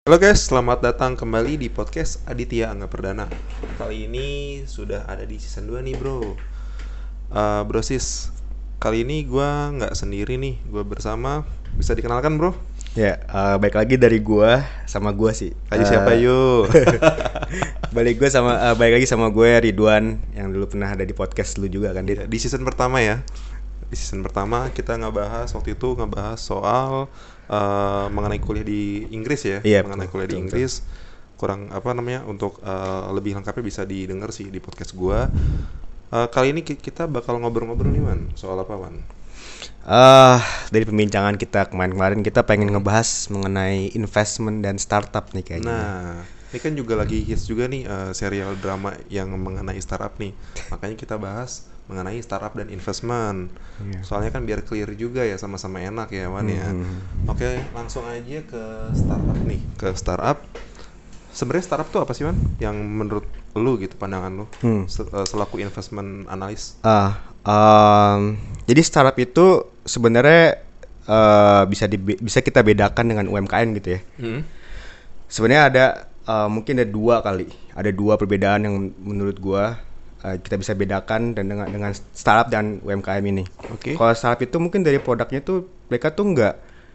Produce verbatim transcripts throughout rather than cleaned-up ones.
Halo guys, selamat datang kembali di podcast Aditya Angga Perdana. Kali ini sudah ada di season dua nih bro. uh, Bro sis, kali ini gue gak sendiri nih, gue bersama, bisa dikenalkan bro? Ya, uh, baik lagi dari gua sama gua sih. Ayo Uh, siapa yuk? balik gua sama uh, balik lagi sama gue Ridwan yang dulu pernah ada di podcast lu juga kan, Dit? Di season pertama ya. Di season pertama kita ngebahas waktu itu ngebahas soal uh, mengenai kuliah di Inggris ya, Iya, mengenai betul, kuliah di betul, Inggris. Kurang apa namanya untuk uh, lebih lengkapnya bisa didengar sih di podcast gua. Uh, kali ini ki- kita bakal ngobrol-ngobrol nih Wan. Soal apa Wan? Uh, dari pembincangan kita kemarin-kemarin kita pengen ngebahas mengenai investment dan startup nih kayaknya. Nah, ini kan juga lagi hits juga nih uh, serial drama yang mengenai startup nih. Makanya kita bahas mengenai startup dan investment. Iya. Soalnya kan biar clear juga ya, sama-sama enak ya Wan ya. Hmm. Oke, langsung aja ke startup nih. Ke startup. Sebenarnya startup tuh apa sih Wan? Yang menurut lu gitu, pandangan lu Hmm. se- uh, selaku investment analis? Ah, um, jadi startup itu sebenarnya uh, bisa di, bisa kita bedakan dengan U M K M gitu ya. Hmm. Sebenarnya ada uh, mungkin ada dua kali, ada dua perbedaan yang menurut gua uh, kita bisa bedakan dan dengan dengan startup dan U M K M ini. Oke. Kalau startup itu mungkin dari produknya tuh mereka tuh nggak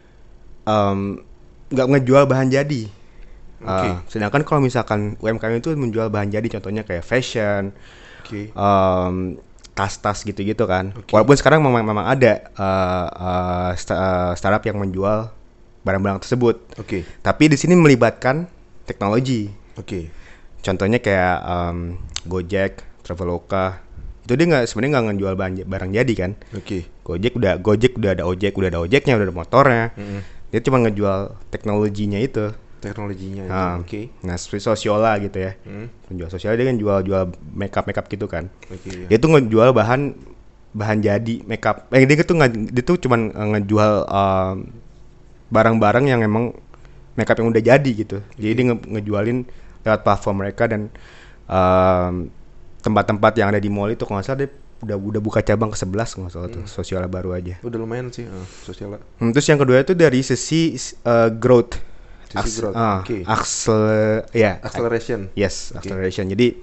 um, nggak ngejual bahan jadi. Oke. Uh, sedangkan kalau misalkan U M K M itu menjual bahan jadi, contohnya kayak fashion, Oke. um, tas-tas gitu-gitu kan. Oke. Walaupun sekarang memang memang ada uh, uh, sta- uh, startup yang menjual barang-barang tersebut. Oke. Tapi di sini melibatkan teknologi. Oke. Contohnya kayak um, Gojek, Traveloka. Itu dia nggak sebenarnya nggak ngejual barang, barang jadi kan. Oke. Gojek udah Gojek udah ada ojek, udah ada ojeknya, udah ada motornya. Mm-mm. Dia cuma ngejual teknologinya itu. Teknologinya aja. Nah, Oke. nah seperti Sosiola gitu ya. Hmm. Penjual Sosiola dia kan jual-jual makeup makeup gitu kan. Oke. Ya. Dia tuh ngejual bahan bahan jadi makeup. Eh dia tuh nge, dia tuh cuman ngejual um, barang-barang yang emang makeup yang udah jadi gitu. Jadi dia nge, ngejualin lewat platform mereka dan um, tempat-tempat yang ada di mall itu kalau nggak salah dia udah udah buka cabang ke sebelas kalau nggak salah tuh, Sosiola baru aja. Udah lumayan sih uh, sosial. Hmm, terus yang kedua itu dari sisi uh, growth. Sisi Aks- growth, ah, oke. aksel- ya, Acceleration. yes, Oke. acceleration. Jadi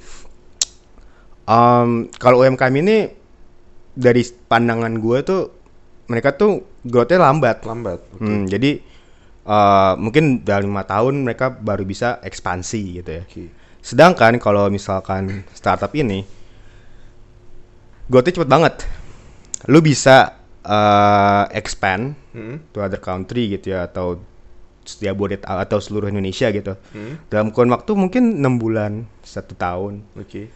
um, kalau U M K M ini dari pandangan gue tuh mereka tuh growth-nya lambat. Lambat. Oke. Hmm, jadi uh, mungkin dalam lima tahun mereka baru bisa ekspansi gitu ya. Oke. Sedangkan kalau misalkan startup ini growth-nya cepet banget. Lu bisa uh, expand Hmm. to other country gitu ya, atau Jabodet atau seluruh Indonesia gitu. Hmm. Dalam kurun waktu mungkin enam bulan, satu tahun. Oke.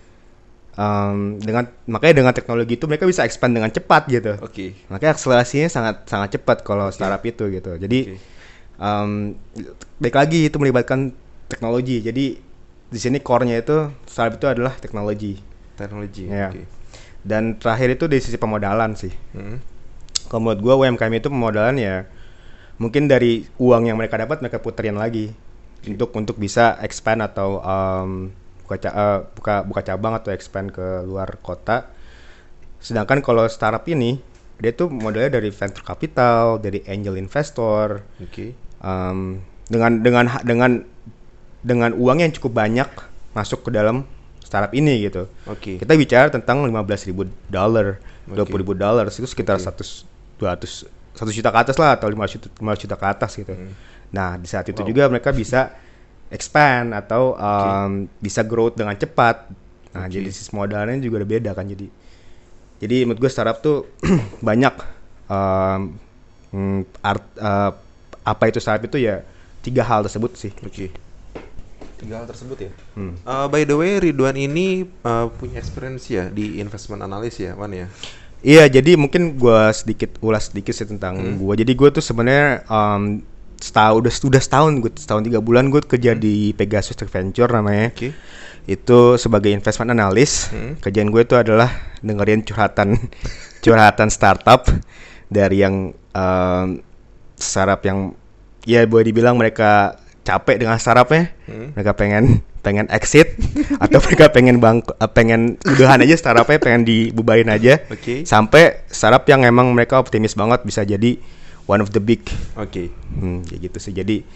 Um, dengan makanya dengan teknologi itu mereka bisa expand dengan cepat gitu. Oke. Makanya akselerasinya sangat sangat cepat kalau startup itu gitu. Jadi Oke. um, baik lagi itu melibatkan teknologi. Jadi di sini core-nya itu startup itu adalah teknologi. Teknologi. Ya. Oke. Dan terakhir itu dari sisi pemodalan sih. Hmm. Kalau menurut gua U M K M itu pemodalan ya mungkin dari uang yang mereka dapat mereka puterin lagi untuk untuk bisa expand atau um, buka, ca- uh, buka buka cabang atau expand ke luar kota. Sedangkan kalau startup ini dia tuh modalnya dari venture capital, dari angel investor, Oke. um, dengan dengan dengan dengan uang yang cukup banyak masuk ke dalam startup ini gitu. Oke. Kita bicara tentang lima belas ribu dolar, Oke. dua puluh ribu dolar itu sekitar Oke. seratus dua ratus satu juta ke atas lah atau lima ratus juta, lima ratus juta ke atas gitu. Hmm. Nah, di saat itu Wow. juga mereka bisa expand atau um, bisa growth dengan cepat. Nah, Oke. jadi sisi modalnya juga udah beda kan jadi. Jadi menurut gue startup tuh banyak um, mm, art uh, apa itu startup itu ya tiga hal tersebut sih. Oke. Tiga hal tersebut ya. Hmm. Uh, by the way, Ridwan ini uh, punya experience ya di investment analis ya, Wan ya. Iya, jadi mungkin gua sedikit ulas sedikit sih tentang Hmm. gua. Jadi gua tuh sebenarnya um, setahun udah udah setahun gue setahun tiga bulan gue kerja di Pegasus Tech Venture namanya. Oke. Itu sebagai investment analyst. Hmm. Kerjaan gue itu adalah dengerin curhatan curhatan startup dari yang um, startup yang ya boleh dibilang mereka capek dengan startupnya. Hmm. Mereka pengen pengen exit atau mereka pengen bang uh, pengen udahan aja startupnya, pengen dibubarin aja. Oke. Sampai startup yang emang mereka optimis banget bisa jadi one of the big. Oke. Hmm, kayak gitu sih. Jadi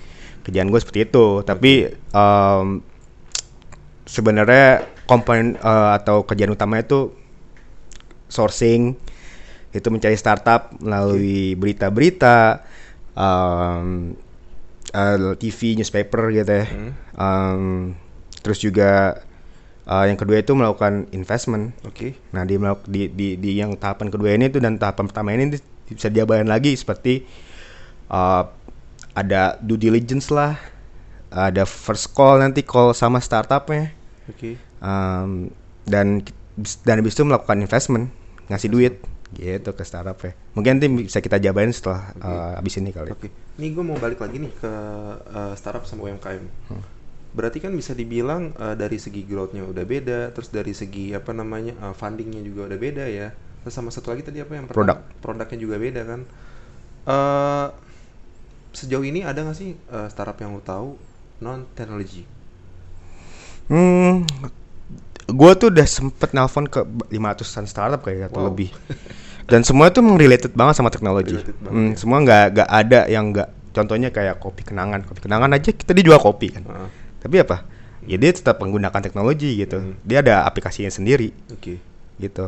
kerjaan gue seperti itu. Tapi um, sebenarnya komponen uh, atau kerjaan utamanya itu sourcing, itu mencari startup melalui berita-berita, um, uh, T V, newspaper gitu ya. Hmm. Um, terus juga uh, yang kedua itu melakukan investment. Oke. Okay. Nah di, di di di yang tahapan kedua ini itu dan tahapan pertama ini bisa diabain lagi seperti uh, ada due diligence lah, ada first call nanti call sama startupnya. Oke. Okay. Um, dan dan habis itu melakukan investment, ngasih duit gitu ke startup ya. Mungkin nanti bisa kita jabarin setelah okay. uh, abis ini kali. Oke. Okay. Nih gue mau balik lagi nih ke uh, startup sama U M K M. Hmm. Berarti kan bisa dibilang uh, dari segi growth-nya udah beda, terus dari segi apa namanya uh, funding-nya juga udah beda ya. Terus sama satu lagi tadi apa yang pertama? Produk. Produknya juga beda kan. Uh, sejauh ini ada nggak sih uh, startup yang lo tahu non teknologi? Hmm, gue tuh udah sempet nelpon ke lima ratusan startup kayak atau wow. lebih. Dan semua tuh emang related banget sama teknologi. Hmm, ya. Semua nggak nggak ada yang nggak. Contohnya kayak kopi kenangan, kopi kenangan aja kita dijual kopi kan. Uh. Tapi apa? Ya dia tetap menggunakan teknologi gitu. Hmm. Dia ada aplikasinya sendiri. Oke. Okay. Gitu.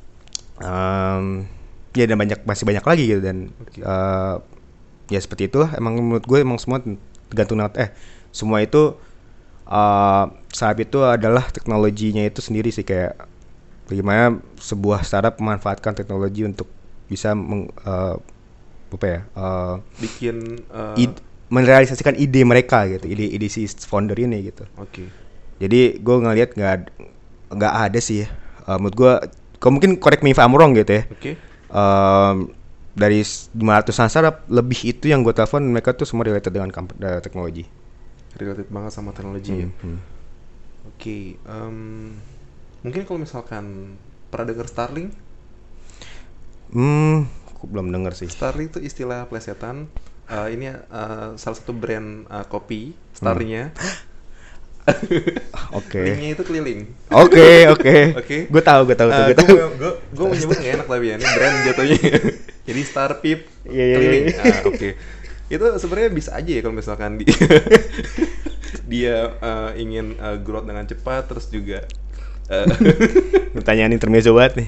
Um, ya dan banyak masih banyak lagi gitu dan okay. uh, ya seperti itulah. Emang menurut gue emang semua tergantung eh semua itu uh, startup itu adalah teknologinya itu sendiri sih, kayak bagaimana sebuah startup memanfaatkan teknologi untuk bisa meng, uh, apa ya uh, bikin uh, ide, merealisasikan ide mereka gitu, ide ide si founder ini gitu. Oke. Okay. Jadi gue ngelihat nggak nggak ada sih uh, menurut gue, kau mungkin correct me if I'm wrong gitu ya. Oke. Okay. Um, dari lima ratusan startup lebih itu yang gue telepon mereka tuh semua related dengan kamp- uh, teknologi. Related banget sama teknologi hmm, ya. Hmm. Oke. Okay, um, mungkin kalau misalkan pernah dengar Starling? Hmm, aku belum dengar sih. Starling itu istilah plesetan. Uh, ini uh, salah satu brand uh, kopi Starlingnya. Oke. Linknya itu keliling. Oke oke. Oke. Gue tahu gue tahu. Uh, gue tahu. Gue gue menyebut nggak enak tapi ya ini brand jatuhnya. Jadi Star Pip yeah, keliling. Yeah, yeah. Ah, oke. Okay. Itu sebenarnya bisa aja ya kalau misalkan dia dia uh, ingin uh, growth dengan cepat, terus juga uh, pertanyaan intermezzo banget nih.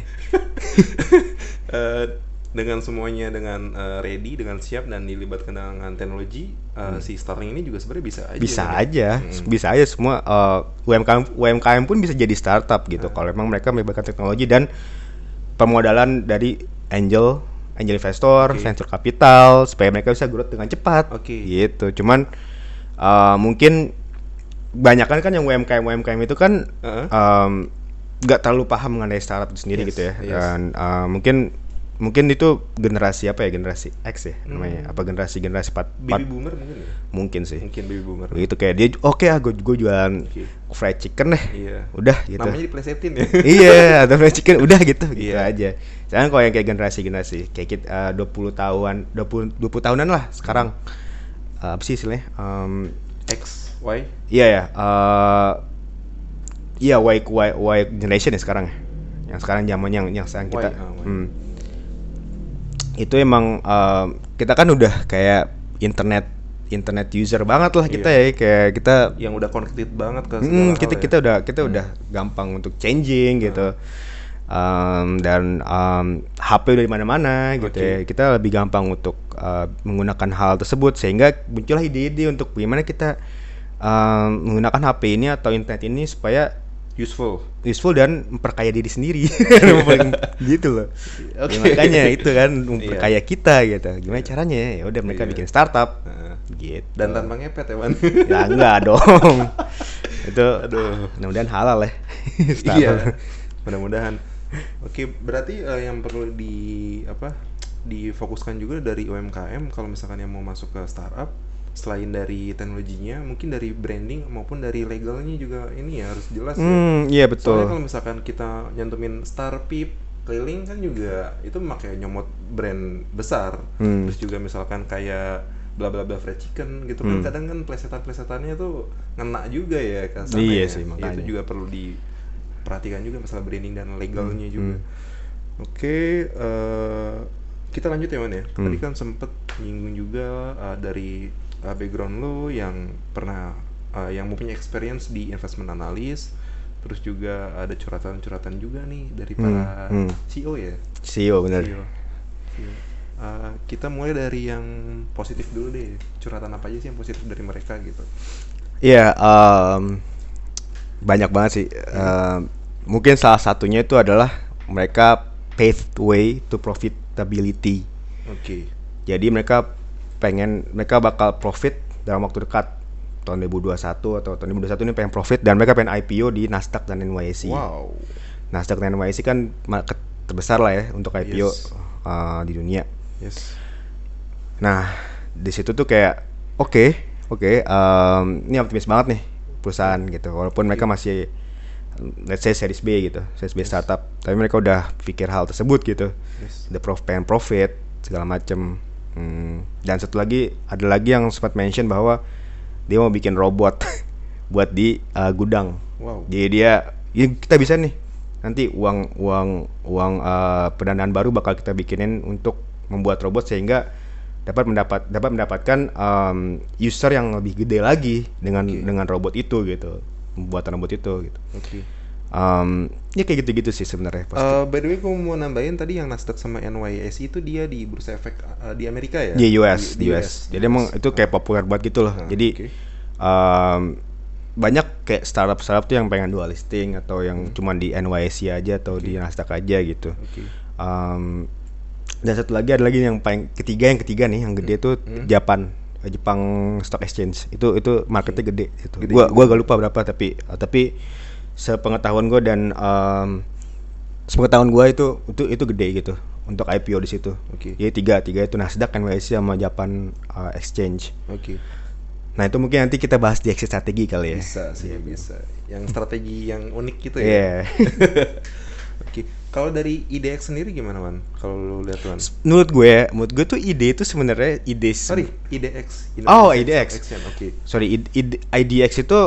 uh, dengan semuanya dengan uh, ready, dengan siap dan dilibatkan dengan teknologi, uh, hmm. si Starling ini juga sebenarnya bisa aja. Bisa kan? aja, hmm. bisa aja semua uh, U M K M U M K M pun bisa jadi startup gitu. Hmm. Kalau memang mereka melibatkan teknologi dan pemodalan dari angel, angel investor, okay. venture capital, supaya mereka bisa growth dengan cepat. Okay. Gitu. Cuman uh, mungkin banyakan kan yang U M K M U M K M itu kan uh-huh. um, gak terlalu paham mengenai startup itu sendiri yes, gitu ya. Yes. Dan uh, mungkin mungkin itu generasi apa ya, generasi X ya namanya, hmm. apa generasi generasi empat baby boomer mungkin ya? Mungkin sih. Mungkin baby boomer. Gitu kayak dia oke okay, ah gue gue jualan okay. fried chicken deh. Iya. Udah gitu. Namanya diplesetin ya. Iya, ada fried chicken udah gitu gitu yeah. aja. Jangan kalau yang kayak generasi-generasi kayak kita uh, dua puluh tahunan, dua puluh dua puluh tahunan lah sekarang. Uh, apa sih istilahnya? Um, X, Y. Iya ya. Uh, iya Y, Y Y generation ya sekarang. Yang sekarang zaman yang yang sekarang kita. Y, uh, hmm. Itu emang uh, kita kan udah kayak internet internet user banget lah kita iya. ya, kayak kita yang udah connected banget ke segala hmm, hal kita ya. kita udah kita hmm. udah gampang untuk changing gitu. Um, dan um, H P udah di mana-mana gitu okay. ya. Kita lebih gampang untuk uh, menggunakan hal tersebut, sehingga muncullah ide-ide untuk bagaimana kita um, menggunakan H P ini atau internet ini supaya useful useful dan memperkaya diri sendiri. Gitu loh. Okay. Ya, makanya itu kan memperkaya kita gitu. Gimana yeah. caranya? Ya udah mereka yeah. bikin startup. Uh, gitu. Dan tanpa ngepet ya, Man. Ya enggak dong. Itu aduh, mudah-mudahan halal ya. Iya. Mudah-mudahan. Oke, berarti uh, yang perlu di apa? difokuskan juga dari U M K M kalau misalkan yang mau masuk ke startup, selain dari teknologinya, mungkin dari branding maupun dari legalnya juga ini ya harus jelas hmm, ya. Iya betul. Soalnya kalau misalkan kita nyantumin Star Pip keliling kan juga itu memakai nyomot brand besar. Hmm. Terus juga misalkan kayak bla bla bla fried chicken gitu hmm. kan kadang kan plesetan-plesetannya tuh ngena juga ya kan sama iya ya. Sih, makanya. Itu juga perlu diperhatikan juga masalah branding dan legalnya hmm. juga. Hmm. Oke, okay, uh, kita lanjut ya Man ya. Tadi hmm. kan sempet nyinggung juga uh, dari uh, background lo yang pernah uh, yang mempunyai experience di investment analyst, terus juga ada curhatan-curhatan juga nih dari para Hmm, hmm. C E O ya. C E O bener. C E O. C E O. Uh, kita mulai dari yang positif dulu deh. Curhatan apa aja sih yang positif dari mereka gitu? Iya, em, banyak banget sih. Em, mungkin salah satunya itu adalah mereka pathway to profitability. Oke. Jadi mereka pengen, mereka bakal profit dalam waktu dekat tahun dua ribu dua puluh satu atau tahun dua ribu dua puluh satu ini pengen profit dan mereka pengen I P O di Nasdaq dan N Y S E. Wow. Nasdaq dan N Y S E kan market terbesar lah ya untuk I P O Yes. uh, di dunia. Yes. Nah, di situ tuh kayak oke, okay, oke, okay, um, ini optimis banget nih perusahaan gitu. Walaupun mereka masih let's say series B gitu, series B Yes. startup, tapi mereka udah pikir hal tersebut gitu. Yes. The prof pengen profit segala macem. Hmm, dan satu lagi ada lagi yang sempat mention bahwa dia mau bikin robot buat di uh, gudang. Wow. Jadi dia, ya kita bisa nih nanti uang uang uang uh, pendanaan baru bakal kita bikinin untuk membuat robot sehingga dapat mendapat dapat mendapatkan um, user yang lebih gede lagi dengan Oke. dengan robot itu gitu, pembuatan robot itu gitu. Oke. Um, ya kayak gitu-gitu sih sebenarnya pasti. Uh, by the way, gue mau nambahin tadi yang Nasdaq sama N Y S E itu dia di bursa efek uh, di Amerika ya? Di U S, di, U S. Jadi emang itu kayak populer banget gitu loh. Ah, Jadi oke. um, banyak kayak startup-startup tuh yang pengen dual listing atau yang Hmm. cuman di N Y S E aja atau di Nasdaq aja gitu. Oke. Um, dan satu lagi ada lagi yang paling ketiga yang ketiga nih yang gede tuh Hmm. Japan, eh, Jepang Stock Exchange. Itu itu marketnya gede itu. Gede Gua juga. gua gak lupa berapa tapi uh, tapi sepengetahuan gua dan um, sepengetahuan gua itu itu itu gede gitu untuk I P O di situ. Oke. Jadi tiga tiga itu Nasdaq, N Y S E sama Japan uh, Exchange. Oke. Nah itu mungkin nanti kita bahas di exit strategi kali ya. Bisa sih, bisa. Yang strategi yang unik gitu Iya. ya. Oke. Kalau dari I D X sendiri gimana, Wan? Kalau lu lihat, Wan. Menurut gue, menurut gue tuh ide itu sebenarnya ide se- Sorry, I D X. Oh, Indonesia I D X. Stock Exchange. Oke. sorry I, I, I D X itu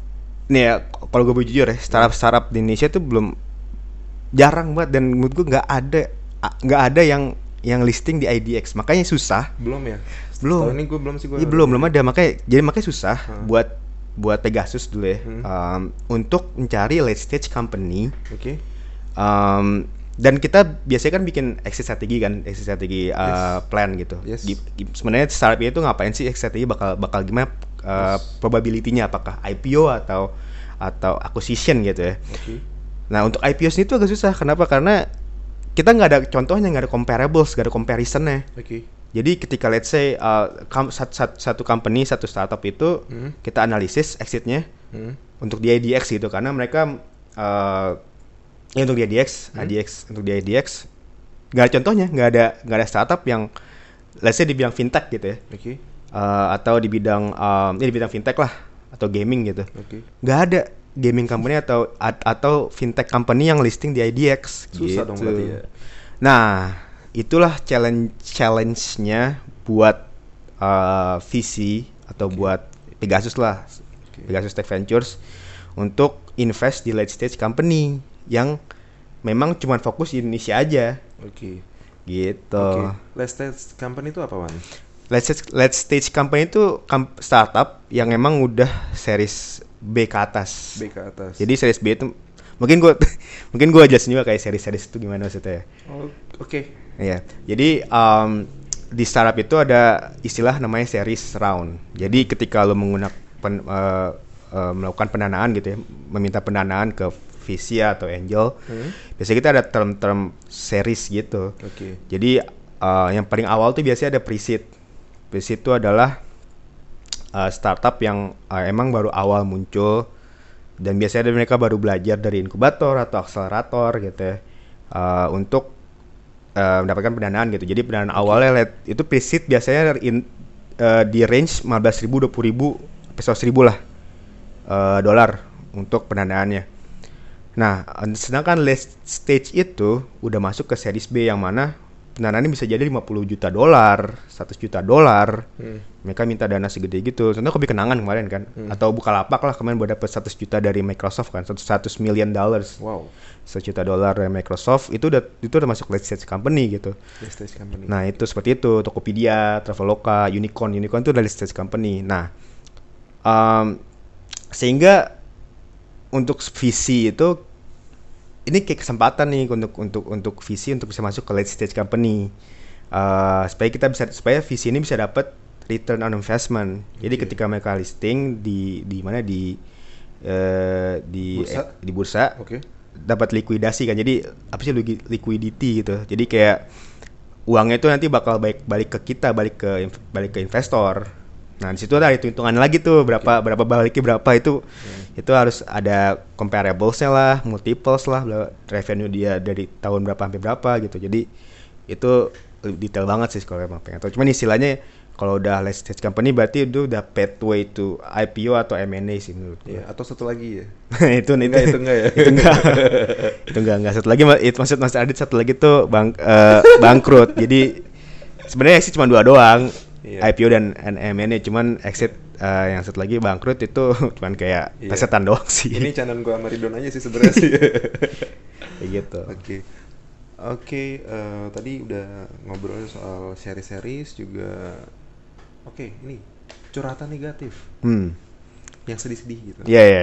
nih ya kalau gue jujur ya startup startup di Indonesia tuh belum jarang banget dan menurut gue nggak ada a- nggak ada yang yang listing di I D X makanya susah. Belum ya? Belum. Tahun ini gue belum sih gue. Iya belum belum ada makanya jadi makanya susah Hmm. buat buat Pegasus dulu ya Hmm. um, untuk mencari late stage company. Oke. Um, dan kita biasanya kan bikin exit strategi kan, exit strategi uh, Yes. plan gitu. Yes. Gi- gi- Sebenarnya startup itu ngapain sih exit strategi bakal bakal gimana uh, Yes. probability-nya apakah I P O atau atau acquisition gitu ya. Oke. Nah untuk I P O sendiri itu agak susah. Kenapa? Karena kita nggak ada contohnya, nggak ada comparables, nggak ada comparisonnya. Oke. Jadi ketika let's say uh, kam- sat- sat- satu company, satu startup itu Hmm. kita analisis exitnya Hmm. untuk di I D X gitu karena mereka uh, ya untuk di I D X, Hmm. I D X untuk di I D X nggak ada contohnya, nggak ada nggak ada startup yang let's say di bidang fintech gitu ya, Oke. uh, atau di bidang um, ya di bidang fintech lah atau gaming gitu, Oke. nggak ada gaming company atau at- atau fintech company yang listing di I D X. Susah gitu. dong berarti ya. Nah itulah challenge challenge-nya buat uh, V C atau Oke. buat Pegasus lah, Oke. Pegasus Tech Ventures untuk invest di late stage company yang memang cuma fokus di Indonesia aja Oke. gitu. Oke. Late stage company itu apa, Wan? Late stage, late stage company itu kam- startup yang emang udah series B ke atas. B ke atas. Jadi series B itu mungkin gua mungkin gua jelasin juga kayak series-series itu gimana maksudnya. Oh, oke. Iya. Jadi um, di startup itu ada istilah namanya series round. Jadi ketika lo menggunakan pen, uh, uh, melakukan pendanaan gitu ya, meminta pendanaan ke V C atau angel, Hmm. biasanya kita ada term-term series gitu. Oke. Jadi uh, yang paling awal tuh biasanya ada pre-seed. Pre-seed itu adalah uh, startup yang uh, emang baru awal muncul dan biasanya mereka baru belajar dari inkubator atau akselerator gitu ya, uh, untuk uh, mendapatkan pendanaan gitu. Jadi pendanaan awalnya let, itu pre-seed biasanya in, uh, di range lima belas ribu, dua puluh ribu, sampai seratus ribu lah uh, dolar untuk pendanaannya. Nah, sedangkan late stage itu udah masuk ke series B yang mana pendanaan bisa jadi lima puluh juta dolar, seratus juta dolar. Hmm. Mereka minta dana segede gitu. Contoh Kopi Kenangan kemarin kan, Hmm. atau Bukalapak lah kemarin baru dapat seratus juta dari Microsoft kan, seratus million dollars. Wow. seratus juta dolar dari Microsoft itu udah itu udah masuk late stage company gitu. Late stage company. Nah, itu seperti itu, Tokopedia, Traveloka, Unicorn, Unicorn itu udah late stage company. Nah, um, sehingga untuk V C itu ini kayak kesempatan nih untuk untuk untuk V C untuk bisa masuk ke late stage company. Uh, supaya kita bisa supaya V C ini bisa dapat return on investment. Jadi Oke. ketika mereka listing di di mana di uh, di Bursa? eh, di bursa Oke. dapat likuidasi kan. Jadi apa sih liqui- liquidity gitu. Jadi kayak uangnya itu nanti bakal balik balik ke kita, balik ke inv- balik ke investor. Nah, di situ ada hitung-hitungan lagi tuh berapa berapa baliknya berapa itu. Itu harus ada comparables-nya lah, multiples lah, bla- revenue dia dari tahun berapa sampai berapa gitu. Jadi itu detail banget sih kalau emang pengen tahu. Cuman istilahnya kalau udah late stage company berarti itu udah pathway to I P O atau M and A sih menurut gue. Iya, atau satu lagi ya. itu Enggak, itu enggak ya? itu enggak itu enggak enggak satu lagi ma- itu maksud Mas Adit satu lagi tuh bang eh, bangkrut. Jadi sebenarnya sih cuma dua doang. Iya. I P O dan M and A, cuman exit eh, yang satu lagi bangkrut itu cuman kayak Iya. pesetan doang sih. Ini channel gua sama Ridwan aja sih sebenarnya sih. Kayak gitu. Oke. Oke, eh, tadi udah ngobrol soal seri-series juga. Oke, ini curhatan negatif Hmm. yang sedih-sedih gitu. Iya, iya.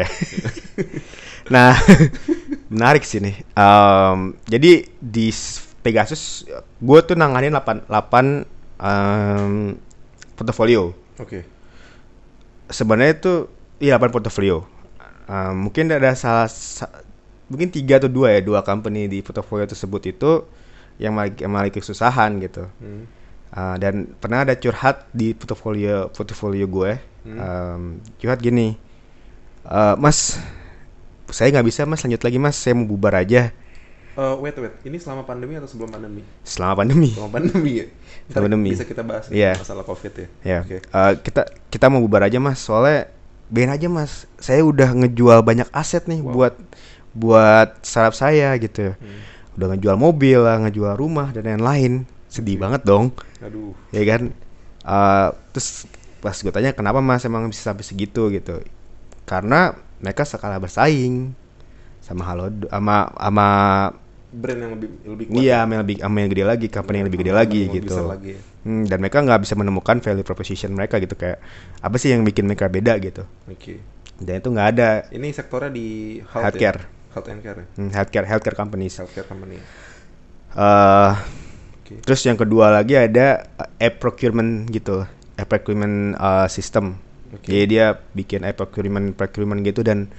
Nah, menarik sih nih. Em, jadi di s- Pegasus gue tuh nanganin delapan delapan em, portofolio. Oke. Sebenarnya itu iya delapan portofolio. Em, mungkin ada salah sa- mungkin tiga atau dua ya, dua company di portofolio tersebut itu yang memiliki, memiliki kesusahan gitu. Hmm. Uh, dan pernah ada curhat di portofolio portofolio gue. Hmm. Um, curhat gini, "Uh, Mas, saya nggak bisa Mas lanjut lagi Mas, saya mau bubar aja Eh, wait, wait. Ini selama pandemi atau sebelum pandemi? selama pandemi." Selama pandemi ya. Ntar Pandemi. bisa kita bahas nih Iya. masalah COVID ya. Ya, Oke. uh, kita kita mau bubar aja Mas, soalnya ben aja Mas, saya udah ngejual banyak aset nih Wow. buat buat startup saya gitu. Hmm. Udah ngejual mobil lah, ngejual rumah dan lain-lain. Sedih banget dong. Aduh. Ya kan. Uh, terus pas gue tanya kenapa Mas emang bisa sampai segitu gitu, karena mereka sekala bersaing sama Halo sama sama Brand yang lebih lebih kuat. iya ya? sama yang lebih sama yang gede lagi, company yang lebih gede Sama lagi yang lebih gitu. besar lagi ya. Hmm, dan mereka nggak bisa menemukan value proposition mereka gitu, kayak apa sih yang bikin mereka beda gitu, Oke. dan itu nggak ada. Ini sektornya di health Healthcare. Ya? Health and care. Ya? Hmm, healthcare healthcare companies. Healthcare company. Uh, Oke. Terus yang kedua lagi ada uh, app procurement gitu, app procurement uh, system. Oke. Jadi dia bikin app procurement procurement gitu, dan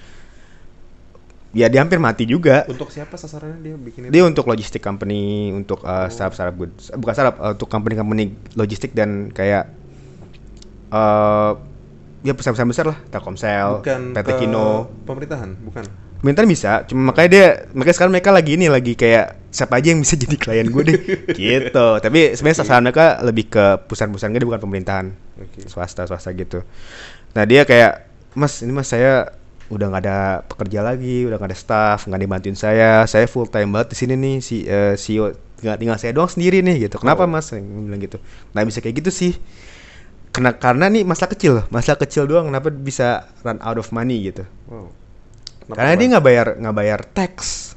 ya dia hampir mati juga. Untuk siapa sasarannya dia bikin itu? Dia untuk logistik company, untuk Oh. uh, startup-startup goods, bukan startup, uh, untuk company-company logistik dan kayak uh, ya perusahaan-perusahaan besar lah, Telkomsel, Bukan P T ke Kino. pemerintahan, bukan. Pemerintahan bisa, cuma makanya dia, makanya sekarang mereka lagi ini lagi kayak siapa aja yang bisa jadi klien gue deh, gitu. Tapi sebenarnya sasaran mereka lebih ke perusahaan-perusahaan gede, bukan pemerintahan, Oke. swasta swasta gitu. Nah dia kayak, Mas ini Mas saya udah nggak ada pekerja lagi, udah nggak ada staff, nggak dibantuin saya, saya full time banget di sini nih, si uh, C E O tinggal, tinggal saya doang sendiri nih gitu. Oh. Kenapa Mas? Yang bilang gitu. Nah bisa kayak gitu sih. Kena, karena nih masalah kecil, masalah kecil doang kenapa bisa run out of money gitu. Wow. Karena dia nggak bayar nggak bayar tax.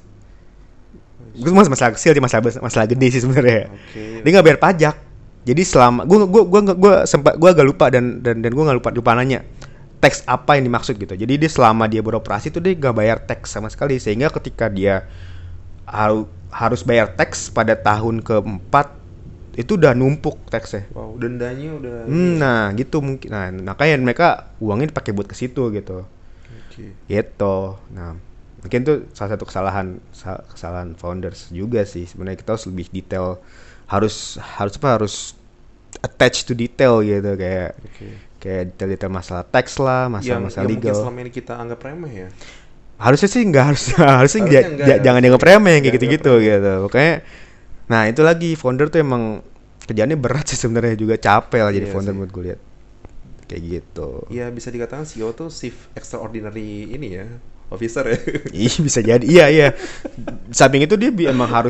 Itu mas masalah kecil sih, masalah masalah gede sih sebenarnya. Oke. Dia nggak bayar pajak. Jadi selama gua gua gua gua, gua sempat gua agak lupa dan dan dan gua nggak lupa lupa nanya tax apa yang dimaksud gitu. Jadi dia selama dia beroperasi tuh dia nggak bayar tax sama sekali, sehingga ketika dia haru, harus bayar tax pada tahun keempat itu udah numpuk taxnya. Wow, dendanya udah. Hmm, nah gitu mungkin. Nah makanya mereka uangnya dipakai buat ke situ gitu. Oke. Gitu. Nah, mungkin tuh salah satu kesalahan sa- kesalahan founders juga sih. Sebenarnya kita harus lebih detail, harus harus apa harus attach to detail gitu, kayak Oke. kayak detail-detail masalah tax lah, Yang, masalah-masalah yang mungkin legal. selama ini kita anggap remeh ya. Harusnya sih nggak harus harusnya Harusnya ja- enggak ja- ya, jangan dianggap harusnya remeh yang kayak jangan gitu-gitu dianggap gitu. Pokoknya nah itu lagi founder tuh emang kerjaannya berat sih sebenarnya, juga capek lah jadi Iya founder sih. menurut gue lihat. Kayak gitu. Ya bisa dikatakan C E O tuh chief extraordinary ini ya, officer ya. Ih bisa jadi, iya iya. Samping itu dia bi- emang harus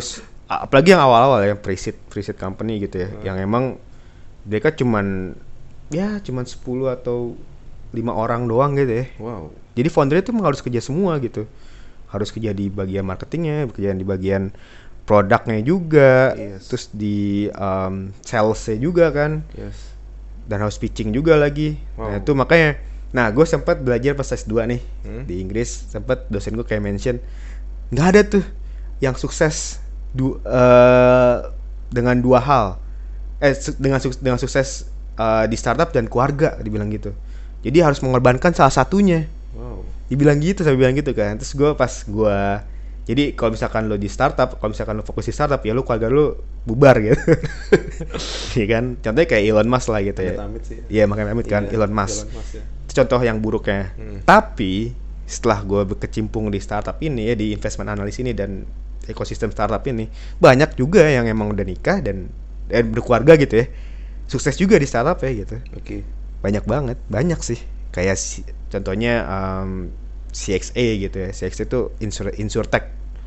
apalagi yang awal-awal ya, pre-seed pre-seed company gitu ya, Hmm. yang emang mereka cuman ya cuman sepuluh atau lima orang doang gitu ya. Wow. Jadi foundernya tuh emang harus kerja semua gitu. Harus kerja di bagian marketingnya, kerja di bagian produknya juga, Yes. terus di um, salesnya juga kan, Yes. dan harus pitching juga lagi. Nah Wow. itu makanya, nah gue sempat belajar pas S dua nih Hmm. di Inggris, sempat dosen gue kayak mention nggak ada tuh yang sukses du, uh, dengan dua hal, eh su- dengan su- dengan sukses uh, di startup dan keluarga, dibilang gitu. Jadi harus mengorbankan salah satunya. Wow. Dibilang gitu, saya bilang gitu kan. Terus gue pas gue, jadi kalau misalkan lo di startup, kalau misalkan lo fokus di startup, ya lo keluarga lo bubar gitu. Iya kan, contohnya kayak Elon Musk lah gitu ya. Amit-amit sih. Iya makanya amit kan, Iya, Elon Musk. Elon Musk ya. Itu contoh yang buruknya. Hmm. Tapi setelah gue berkecimpung di startup ini ya, di investment analyst ini dan ekosistem startup ini, banyak juga yang emang udah nikah dan eh, berkeluarga gitu ya, sukses juga di startup ya gitu. Oke. Banyak banget, banyak sih. Kayak si, contohnya um, C X A gitu ya. C X A itu insur insurtech.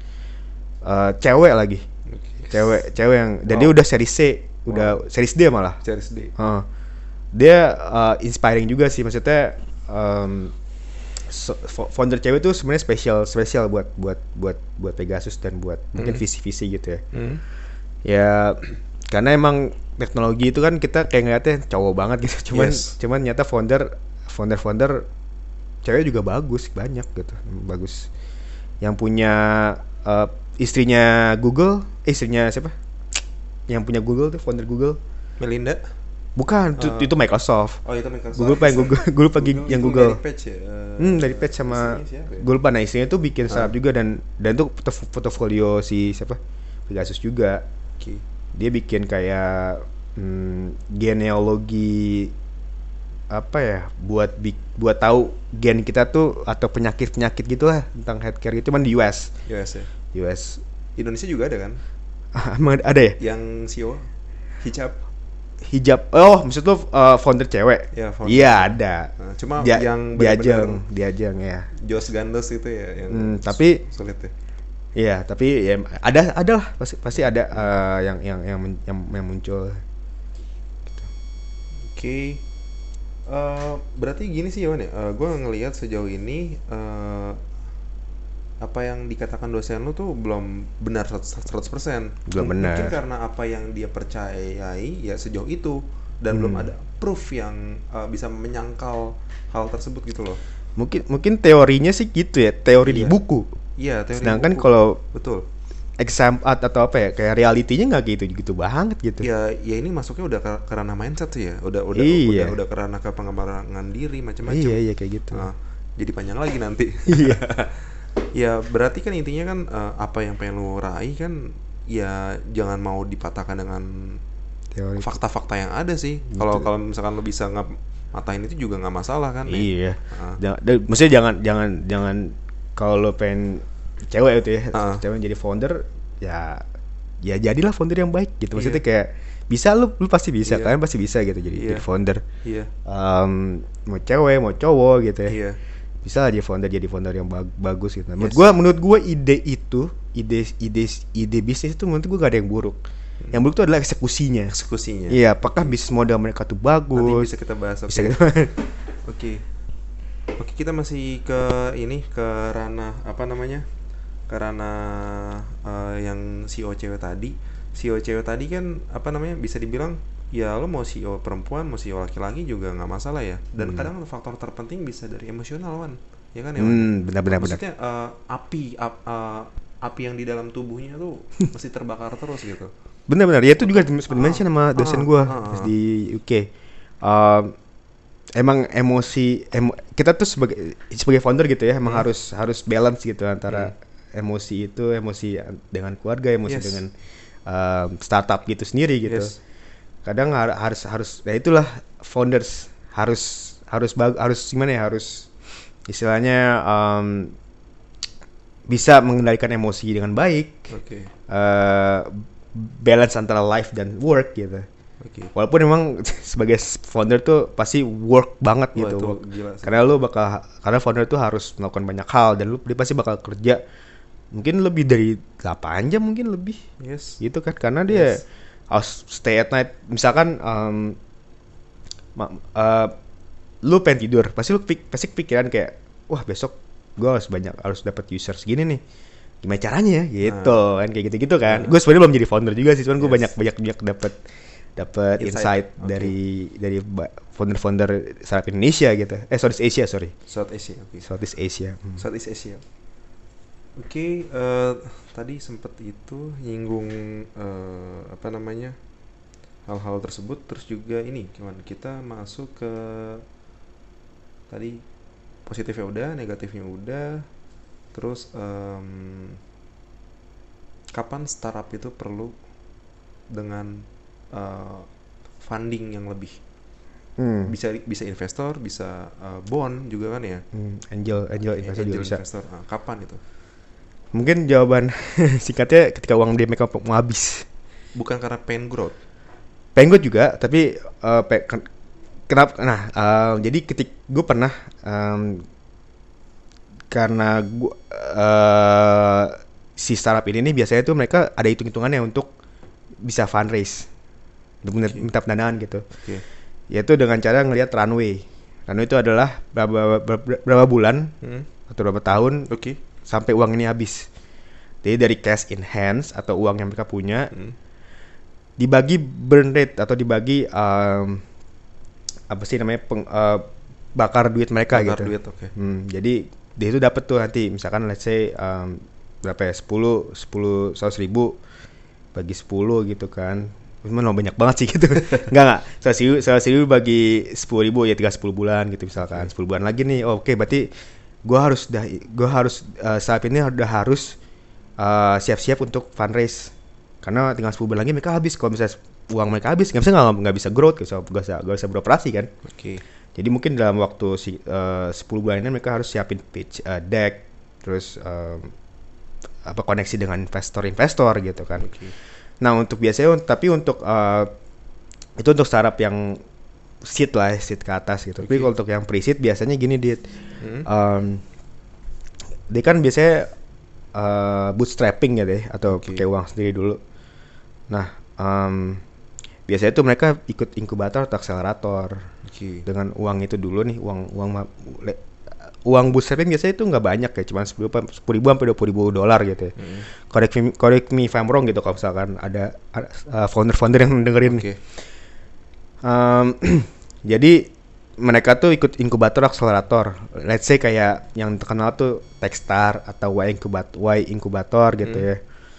Uh, cewek lagi. Oke. Cewek, cewek yang dan Wow. dia udah series C, udah Wow. series D malah. Series D. Uh, dia uh, inspiring juga sih, maksudnya um, so, fo- founder cewek tuh sebenarnya spesial spesial buat buat buat buat Pegasus dan buat mungkin Hmm. visi-visi gitu ya. Hmm. Ya karena emang teknologi itu kan kita kayak ngeliatnya cowok banget gitu, cuman Yes. cuman nyata founder founder founder cewek juga bagus, banyak gitu, bagus. Yang punya uh, istrinya Google, eh, istrinya siapa? Yang punya Google tuh, founder Google. Melinda. Bukan, itu, Uh, itu Microsoft. Oh itu Microsoft. Google apa yang Google? Gue lupa gi- yang itu Google. Dari Page ya. Eh, Hmm, dari Page sama istrinya siapa ya? gue lupa. Nah istrinya tuh bikin startup Ah. juga dan dan tuh foto- portofolio si siapa? Pegasus juga. Oke. Dia bikin kayak hmm, genealogi apa ya, buat bik- buat tahu gen kita tuh atau penyakit-penyakit gitulah tentang healthcare itu, cuman di U S. U S ya. U S. Indonesia juga ada kan? Emang ada ya? Yang C E O hijab. Hijab. Oh, maksud lu uh, founder cewek? Ya, founder. Iya, ada. Nah, cuma Dia- yang diajeng, benar-benar diajeng ya. Jos Gandos itu ya yang Hmm, tapi- su- sulit ya. Iya, tapi ya ada ada lah, pasti pasti ada uh, yang yang yang men- yang, yang muncul. Oke. Eh, berarti gini sih Yawan ya. Eh, gue ngelihat sejauh ini eh, apa yang dikatakan dosen lu tuh belum benar seratus persen. Belum M- benar. Mungkin karena apa yang dia percayai ya sejauh itu dan Hmm. belum ada proof yang eh, bisa menyangkal hal tersebut gitu loh. Mungkin mungkin teorinya sih gitu ya, teori di Iya. buku. Iya, teori Sedangkan buku. kalau betul. exam art atau apa ya, kayak realitinya nggak gitu gitu banget gitu. Ya, ya ini masuknya udah ke, ke ranah mindset sih ya. Udah udah Iya. udah udah ke ranah ke pengembangan diri macam-macam. Iya iya kayak gitu. Nah, jadi panjang lagi nanti. Iya. Ya berarti kan intinya kan eh, apa yang pengen lu raih kan ya jangan mau dipatahkan dengan Teori. fakta-fakta yang ada sih. Gitu. Kalau kalau misalkan lu bisa nggak matain itu juga nggak masalah kan? ya? Iya. Ah. Jangan, dan- maksudnya jangan jangan jangan kalau lo pengen cewek itu ya, Ah. cewek jadi founder ya ya jadilah founder yang baik gitu. Maksudnya Iya. kayak bisa lu lu pasti bisa, Iya. kalian pasti bisa gitu jadi Iya. jadi founder. Iya. Em, mau cewek mau cowok gitu ya. Iya. Bisa aja founder jadi founder yang bag- bagus gitu. Menurut Yes. gua menurut gua ide itu, ide ide ide bisnis itu menurut gua gak ada yang buruk. Yang buruk itu adalah eksekusinya. Eksekusinya. Iya, apakah bisnis model mereka tuh Nanti bagus? bisa kita bahas. Bisa oke. gitu. Oke. Oke, kita masih ke ini ke ranah apa namanya? Ke ranah eh, yang C E O cewek tadi. C E O cewek tadi kan apa namanya? Bisa dibilang ya lo mau C E O perempuan, mau C E O laki-laki juga nggak masalah ya. Dan Hmm. kadang faktor terpenting bisa dari emosional, Wan. Ya kan ya, Wan? Hmm, benar-benar benar. Maksudnya eh, api ap- eh, api yang di dalam tubuhnya tuh mesti terbakar terus gitu. Benar-benar. Ya itu juga sempat Ah, mention sama ah, dosen gua ah, pas ah. di U K. Um, emang emosi emo, kita tuh sebagai sebagai founder gitu ya, emang Hmm. harus harus balance gitu antara emosi itu, emosi dengan keluarga, emosi Yes. dengan um, startup gitu sendiri gitu. Yes. Kadang har- harus harus ya itulah founders harus harus bag, harus gimana ya, harus istilahnya um, bisa mengendalikan emosi dengan baik. Oke. eh, balance antara life dan work gitu. Oke. Walaupun emang sebagai founder tuh pasti work banget Wah, gitu. itu Work. gila sih. Karena lu bakal karena founder tuh harus melakukan banyak hal dan lu dia pasti bakal kerja mungkin lebih dari delapan jam mungkin lebih. Yes. Gitu kan karena dia Yes. harus stay at night. Misalkan um, ma- uh, lu pengen tidur, pasti lu pik- pasti kepikiran kayak wah besok gue harus banyak harus dapat user segini nih. Gimana caranya ya? Gitu Nah. kan kayak gitu-gitu kan. Nah. Gue sebenarnya belum jadi founder juga sih, cuman gue Yes. banyak banyak banyak dapat dapat Insight. insight, Oke. dari dari ba- founder-founder startup Indonesia gitu. Eh Southeast Asia sorry. South Asia. Oke. Southeast Asia. Hmm. Southeast Asia. Oke, eh, tadi sempat itu nyinggung eh, apa namanya hal-hal tersebut, terus juga ini, cuman kita masuk ke tadi positifnya udah, negatifnya udah, terus em, kapan startup itu perlu dengan eh, funding yang lebih, Hmm. bisa bisa investor, bisa eh, bond juga kan ya, Hmm, Angel angel investor angel juga bisa. investor. Ah, kapan itu? Mungkin jawaban singkatnya ketika uang dia mereka mau habis. Bukan karena pengen growth. Pengen gue juga, tapi uh, pe- ken- kenapa? Nah, uh, jadi ketik gue pernah um, karena gue uh, si startup ini nih biasanya tuh mereka ada hitung-hitungannya untuk bisa fundraise, untuk minta, Oke. minta pendanaan gitu. Oke. Yaitu dengan cara ngelihat runway. Runway itu adalah berapa, berapa, berapa bulan Hmm. atau berapa tahun Oke. sampai uang ini habis. Jadi dari cash in hands atau uang yang mereka punya Hmm. dibagi burn rate atau dibagi um, apa sih namanya peng, uh, bakar duit mereka Bakar gitu. duit, oke. Hmm, jadi dia itu dapat tuh nanti misalkan let's say um, berapa ya sepuluh sepuluh seratus ribu bagi sepuluh gitu kan. Memang banyak banget sih gitu. Enggak enggak. seratus ribu, seratus ribu bagi sepuluh ribu ya tinggal sepuluh bulan gitu misalkan. sepuluh bulan lagi nih. Oh, oke okay, berarti gua harus dah gua harus uh, saat ini udah harus uh, siap-siap untuk fundraise. Karena tinggal sepuluh bulan lagi mereka habis. Kalau misalnya uang mereka habis, nggak bisa nggak nggak bisa growth, nggak bisa nggak bisa, nggak bisa beroperasi kan. Oke. Jadi mungkin dalam waktu si, uh, sepuluh bulan ini mereka harus siapin pitch uh, deck, terus um, apa koneksi dengan investor-investor gitu kan. Oke. Nah untuk biasanya tapi untuk uh, itu untuk startup yang seed lah, seed ke atas gitu. Tapi Oke. kalau untuk yang pre-seed biasanya gini dit, Hmm. um, dia kan biasanya uh, bootstrapping ya deh atau Oke. pakai uang sendiri dulu. Nah um, biasanya tuh mereka ikut inkubator atau akselerator Oke. dengan uang itu dulu nih uang uang ma- le- uang bootstrapping biasanya itu nggak banyak ya cuma sepuluh ribu sampai dua puluh ribu dolar gitu ya. Hmm. Correct me, correct me if I'm wrong gitu kalau misalkan ada, ada uh, founder-founder yang dengerin. Oke. Um, jadi mereka tuh ikut inkubator akselerator. Let's say kayak yang terkenal tuh Techstar atau Y Inkubator, Y Inkubator gitu Hmm. ya.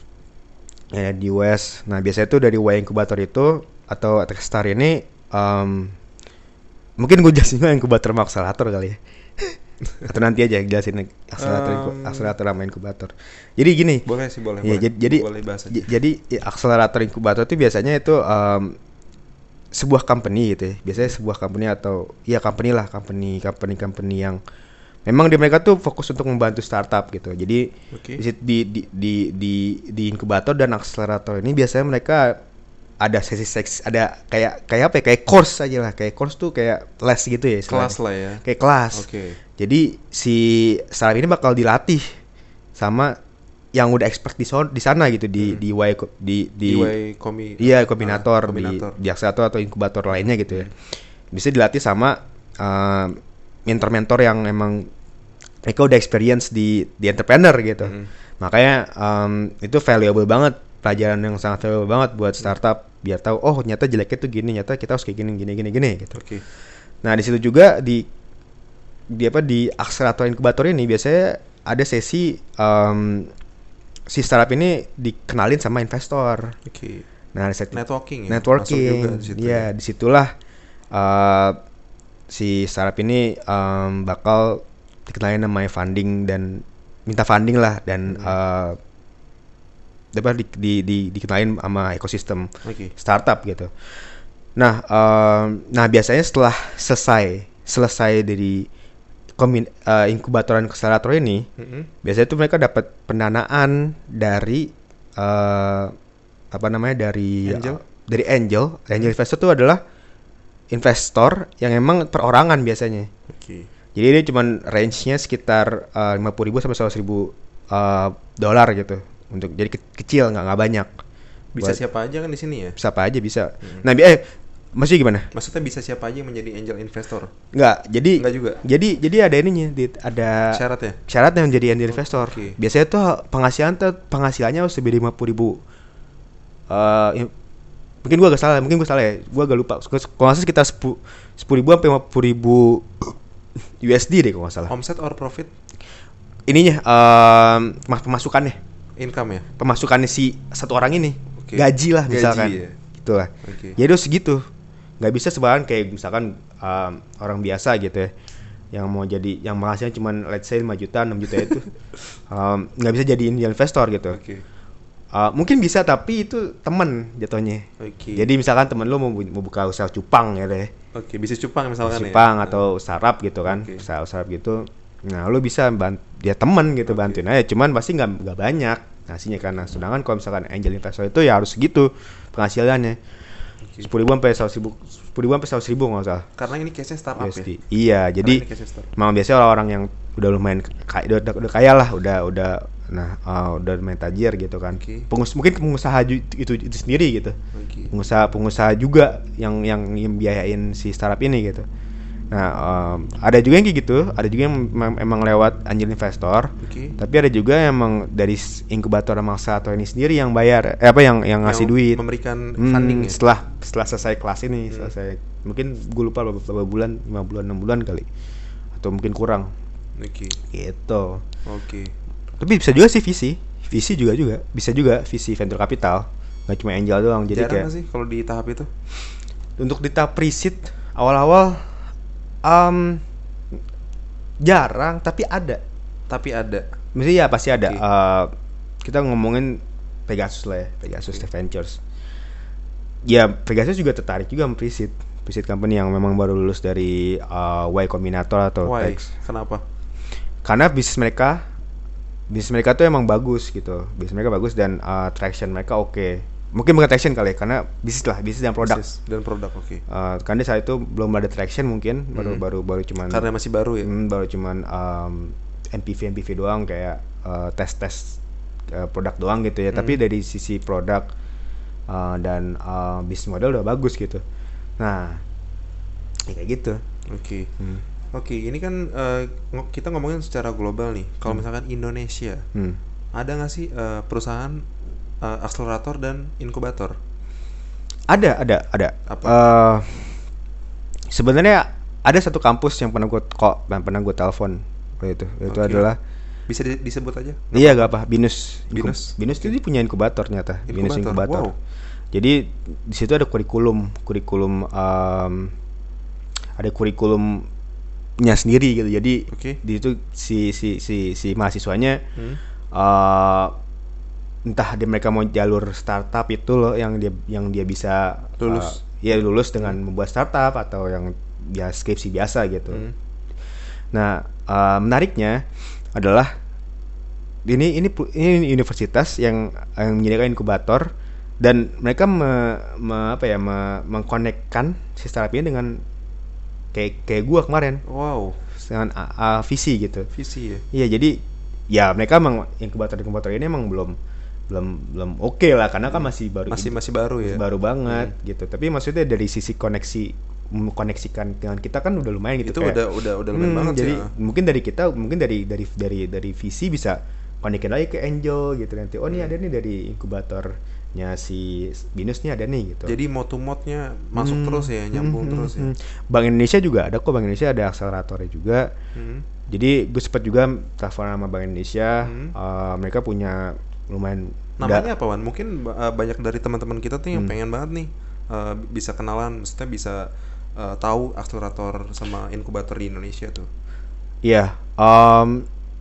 Ya di U S. Nah, biasanya tuh dari Y Inkubator itu atau Techstar ini um, mungkin gue jelasin juga inkubator sama akselerator kali ya. Atau nanti aja jelasin akselerator Um, akselerator sama inkubator. Jadi gini, Boleh sih, boleh. Iya, boleh. jadi jadi boleh bahas aja. j- jadi ya, akselerator inkubator itu biasanya itu um, sebuah company gitu ya. Biasanya sebuah company atau ya company lah, company company company yang memang di mereka tuh fokus untuk membantu startup gitu. Jadi Oke. di, sit- di di di di di inkubator dan akselerator ini biasanya mereka ada sesi seks, ada kayak kayak apa ya? Kayak course aja lah. Kayak course tuh kayak les gitu ya istilahnya. Kelas lah ya. Kayak kelas. Oke. Jadi si startup ini bakal dilatih sama yang udah expert di son- di sana gitu di Hmm. di Y di di, D Y komi. iya kombinator, Ah, kombinator. di di akselerator atau inkubator lainnya gitu ya. Bisa dilatih sama uh, mentor-mentor yang emang mereka udah experience di di entrepreneur gitu. Hmm. Makanya um, itu valuable banget, pelajaran yang sangat valuable banget buat startup biar tahu oh ternyata jeleknya tuh gini, ternyata kita harus kayak gini gini gini gini gitu. Oke. Nah, di situ juga di di apa di akselerator inkubator ini biasanya ada sesi um, si startup ini dikenalin sama investor. Oke. Nah, di set- Networking ya. Masuk juga networking. di situ Iya, ya. disitulah uh, si startup ini um, bakal dikenalin namanya funding dan minta funding lah dan Hmm. uh, dapat di, di, di, dikenalin sama ekosistem Oke. startup gitu. Nah, um, nah biasanya setelah selesai selesai dari komin, uh, inkubatoran akselerator ini, Hmm. biasanya tuh mereka dapat pendanaan dari uh, apa namanya dari Angel? uh, dari angel. Angel investor itu adalah investor yang emang perorangan biasanya. Oke. Jadi dia cuman range-nya sekitar uh, lima puluh ribu sampai seratus ribu uh, dolar gitu. Untuk jadi ke- kecil nggak nggak banyak. Bisa Buat- siapa aja kan di sini ya? siapa aja bisa. Nah, bi- eh masih gimana? Maksudnya bisa siapa aja yang menjadi angel investor? Nggak, jadi Nggak juga. Jadi jadi ada ininya, di- ada Syaratnya? syaratnya menjadi angel investor. Oke. Biasanya tuh penghasilan tuh penghasilannya harus lebih lima puluh ribu. Eh, ya, mungkin gua agak salah, mungkin gua salah ya. Gua agak lupa. Kalau nggak salah sekitar sepuluh ribu sampai lima puluh ribu U S D deh kalau nggak salah. Omset or profit? Ininya em, mas- pemasukannya, Income ya? pemasukannya si satu orang ini. Oke. Gaji lah Gaji, misalkan. ya. Gitu lah. Oke. Jadi harus segitu. Nggak bisa sembarangan kayak misalkan em, orang biasa gitu ya. Yang mau jadi yang menghasilkan cuma let's say lima juta, enam juta itu em, nggak bisa jadi angel investor gitu. Oke. Uh, mungkin bisa tapi itu temen jatuhnya. Oke. Jadi misalkan temen lu mau, bu- mau buka usaha cupang ya deh, Oke, bisnis cupang misalkan ya. cupang atau sarap gitu kan, Oke. usaha sarap gitu. Nah lu bisa bantu dia temen gitu, bantuin aja. Cuman pasti nggak nggak banyak ngasihnya karena sedangkan kalau misalkan angel investor itu ya harus segitu penghasilannya. Oke. Sepuluh ribu sampai seratus ribu, sepuluh ribu sampai seratus ribu nggak salah. Karena ini case-nya startup U S D. ya. Iya, jadi ini case startup. memang biasanya orang-orang yang udah lumayan kaya, udah, udah, udah kaya lah, udah udah nah uh, udah lumayan tajir gitu kan. Oke. Pengus, mungkin pengusaha ju- itu itu sendiri gitu. Oke. Pengusaha pengusaha juga yang yang yang biayain si startup ini gitu. Nah, um, ada juga yang kayak gitu, ada juga yang mem- emang lewat angel investor. Oke. Tapi ada juga yang emang dari s- inkubator maksa atau ini sendiri yang bayar, eh, apa yang yang ngasih Yang duit. memberikan Hmm, funding ya. setelah setelah selesai kelas ini, Hmm. selesai mungkin gue lupa berapa, berapa bulan, lima bulan, enam bulan kali, atau mungkin kurang, Oke. gitu. Oke. Tapi bisa juga sih visi, visi juga juga bisa juga visi venture capital, nggak cuma angel doang. Jadi Jarang kayak nggak sih kalau di tahap itu? untuk di tahap pre-seed awal-awal, um, jarang, tapi ada. Tapi ada. Mesti ya pasti ada. Oke. Uh, kita ngomongin Pegasus lah ya, Pegasus Oke. Ventures. Ya Pegasus juga tertarik juga sama pre-seed, pre-seed company yang memang baru lulus dari uh, Y Combinator atau Why? Tex. Kenapa? Karena bisnis mereka, bisnis mereka tuh emang bagus gitu, bisnis mereka bagus dan uh, traction mereka oke. Mungkin bukan traction kali ya, karena bisnis lah, bisnis dan produk. Bisnis dan produk, oke. Uh, karena saat itu belum ada traction mungkin, baru Hmm. baru baru cuman Karena masih baru ya. Hmm, baru cuman um, M P V M P V doang kayak uh, tes-tes uh, produk doang gitu ya. Hmm. Tapi dari sisi produk uh, dan uh, bisnis model udah bagus gitu. Nah, ya kayak gitu. Oke. Hmm. Oke, ini kan eh, ngo- kita ngomongin secara global nih. Kalau misalkan Indonesia, Hmm. ada nggak sih eh, perusahaan eh, akselerator dan inkubator? Ada, ada, ada. Apa? Uh, sebenarnya ada satu kampus yang pernah gue kok, yang pernah gue telepon waktu itu. Itu Oke. adalah Bisa di- disebut aja? iya gak apa, Binus. Inkub- Binus? Binus itu dia punya inkubator ternyata. Binus Inkubator, inkubator. wow. Jadi di situ ada kurikulum, kurikulum um, ada kurikulumnya sendiri gitu. Jadi Oke. di situ si si si si mahasiswanya Hmm. uh, entah dia mereka mau jalur startup itu loh yang dia yang dia bisa Lulus. uh, ya lulus dengan membuat startup atau yang ya skripsi biasa gitu. Hmm. Nah, uh, menariknya adalah ini ini pu- ini universitas yang yang menyediakan inkubator dan mereka me, me- apa ya me, mengkonekkan si startup ini dengan kayak kayak gua kemarin Wow, dengan uh, uh, visi gitu. visi ya. Iya, jadi ya mereka emang inkubator inkubator ini emang belum belum belum oke lah karena kan masih baru Masih masih baru ya. masih baru banget gitu. Tapi maksudnya dari sisi koneksi mengkoneksikan dengan kita kan udah lumayan gitu. Itu kayak, udah udah udah lumayan Hmm, banget jadi sih. ya. mungkin dari kita mungkin dari dari dari dari visi bisa konekin lagi ke Angel gitu nanti. Oh nih ada nih dari inkubatornya si Binus nih ada nih gitu. Jadi mod to modnya masuk Hmm, terus ya, nyambung hmm, terus hmm, ya. hmm. Bank Indonesia juga ada kok, Bank Indonesia ada akseleratornya juga. Hmm. Jadi gue sempat juga telepon sama Bank Indonesia, Hmm. eh, mereka punya lumayan Namanya apa Wan? Mungkin uh, banyak dari teman-teman kita tuh yang Hmm. pengen banget nih uh, bisa kenalan, maksudnya bisa uh, tahu akselerator sama inkubator di Indonesia tuh. Iya. Um,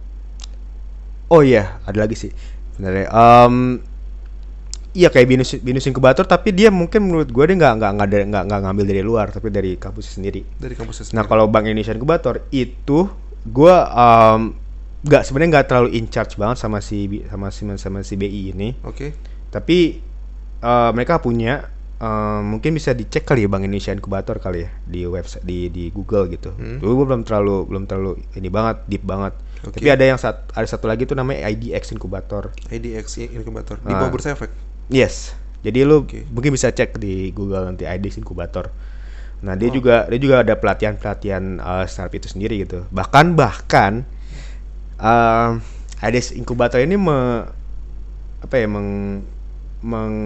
oh iya, ada lagi sih. Sebenarnya. Um, iya kayak binus binus inkubator, tapi dia mungkin menurut gue dia nggak nggak nggak ada- nggak nggak ngambil dari luar, tapi dari kampus sendiri. Dari kampus Nah sendiri. kalau Bank Indonesia inkubator itu gue um, nggak sebenarnya nggak terlalu in charge banget sama si B- sama si sama si B I ini. Oke. Tapi uh, mereka punya eh, mungkin bisa dicek kali ya Bank Indonesia Inkubator kali ya di website di di Google gitu. Hmm. Dulu gue belum terlalu belum terlalu ini banget deep banget. Oke. Tapi ada yang sat, ada satu lagi tuh namanya I D X Inkubator. I D X Inkubator di Ah. bawah Bursa Efek. Yes. Jadi lu Oke. mungkin bisa cek di Google nanti I D X Inkubator. Nah, dia Oh. juga dia juga ada pelatihan-pelatihan uh, startup itu sendiri gitu. Bahkan bahkan uh, I D X Inkubator ini me, apa ya meng meng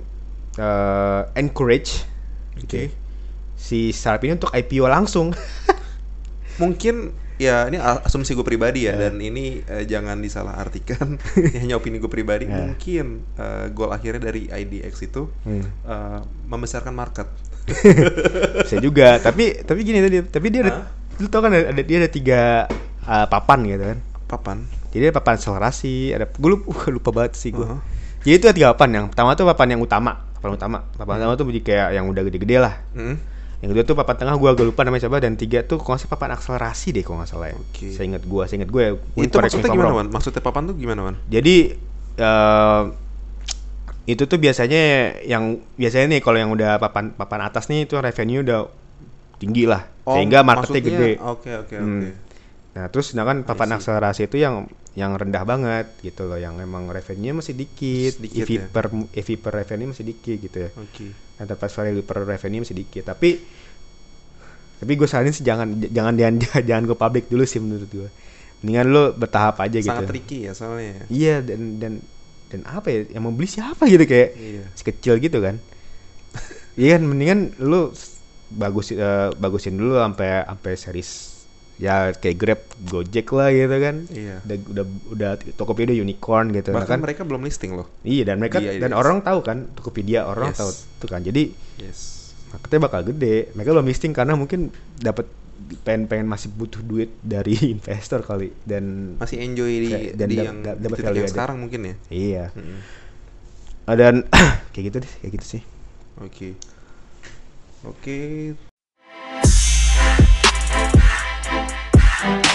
uh, encourage Oke. gitu ya, si startup ini untuk I P O langsung. Mungkin ya ini a- asumsi gue pribadi ya, Ya. dan ini eh, jangan disalahartikan. Ini hanya opini gue pribadi. Ya. Mungkin eh, goal akhirnya dari I D X itu Hmm. eh, membesarkan market. Bisa juga, tapi tapi gini tadi, tapi dia ada, Hah? lu tau kan ada dia ada tiga uh, papan gitu kan. Papan. Jadi ada papan akselerasi, ada gue lupa, uh, lupa banget sih gue. Uh-huh. Jadi itu ada tiga papan. Yang pertama tuh papan yang utama, papan utama. Papan utama tuh jadi kayak yang udah gede-gede lah. Mm. Yang kedua tuh papan tengah gue agak lupa namanya siapa, dan tiga tuh konsep papan akselerasi deh kalau nggak salah ya. Oke. Saya ingat gue, saya ingat gue. Itu maksudnya gimana, Wan? Maksudnya papan tuh gimana, Wan? Jadi eh, itu tuh biasanya yang biasanya nih kalau yang udah papan papan atas nih itu revenue udah tinggi lah, sehingga marketnya maksudnya- gede. Oke, oke, Hmm. oke. Nah terus sedangkan papan see. akselerasi itu yang yang rendah banget gitu loh, yang emang revenue masih dikit, Sedikit E V ya? per E V per revenue masih dikit gitu ya. Oke. Enterprise value per revenue masih dikit, tapi tapi gue saranin sih jangan jangan jangan jangan go public dulu sih menurut gue. Mendingan lu bertahap aja gitu. Sangat tricky ya soalnya. Iya, dan dan dan apa ya, yang mau beli siapa gitu, kayak Iya. si kecil gitu kan. Iya kan, mendingan lu bagus eh, bagusin dulu sampai sampai series ya kayak Grab, Gojek lah gitu kan. Iya. Udah udah udah Tokopedia unicorn gitu. Nah, Bahkan kan mereka belum listing loh. iya, dan mereka Di I D X. dan orang tahu kan Tokopedia, orang Yes. tahu tuh kan. Jadi Yes. marketnya bakal gede. Mereka belum listing karena mungkin dapat pengen pengen masih butuh duit dari investor kali, dan Masih enjoy di, Kayak- dan di dap- yang dap- di dapat titik value yang added. sekarang mungkin ya. iya. Mm-mm. Ah, dan kayak gitu deh, kayak gitu sih. Oke. Oke.